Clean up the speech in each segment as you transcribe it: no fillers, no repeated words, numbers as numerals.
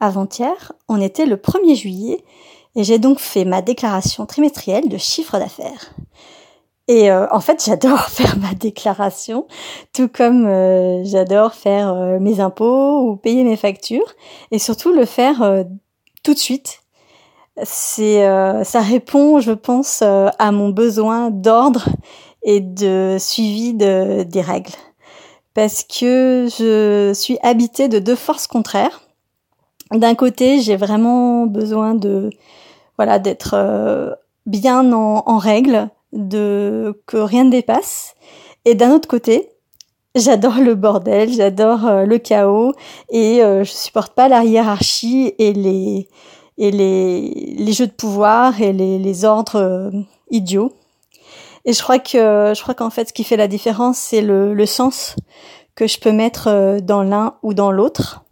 Avant-hier, on était le 1er juillet et j'ai donc fait ma déclaration trimestrielle de chiffre d'affaires. Et en fait, j'adore faire ma déclaration, tout comme j'adore faire mes impôts ou payer mes factures, et surtout le faire tout de suite. Ça répond, je pense, à mon besoin d'ordre et de suivi des règles. Parce que je suis habitée de deux forces contraires. D'un côté, j'ai vraiment besoin d'être bien en règle, que rien ne dépasse. Et d'un autre côté, j'adore le bordel, j'adore le chaos et je supporte pas la hiérarchie et les jeux de pouvoir et les ordres idiots. Et je crois qu'en fait, ce qui fait la différence, c'est le sens que je peux mettre dans l'un ou dans l'autre.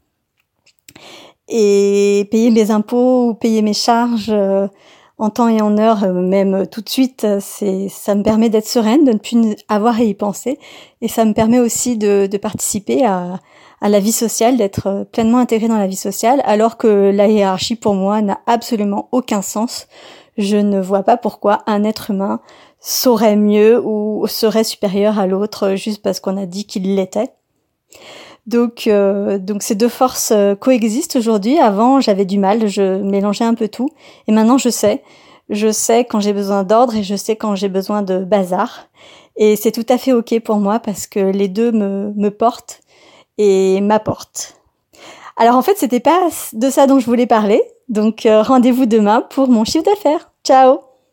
Et payer mes impôts ou payer mes charges en temps et en heure, même tout de suite, ça me permet d'être sereine, de ne plus avoir à y penser. Et ça me permet aussi de participer à la vie sociale, d'être pleinement intégrée dans la vie sociale, alors que la hiérarchie, pour moi, n'a absolument aucun sens. Je ne vois pas pourquoi un être humain saurait mieux ou serait supérieur à l'autre juste parce qu'on a dit qu'il l'était. Donc ces deux forces coexistent aujourd'hui. Avant, j'avais du mal, je mélangeais un peu tout. Et maintenant, je sais quand j'ai besoin d'ordre et je sais quand j'ai besoin de bazar. Et c'est tout à fait ok pour moi parce que les deux me portent et m'apportent. Alors en fait, c'était pas de ça dont je voulais parler. Donc rendez-vous demain pour mon chiffre d'affaires. Ciao!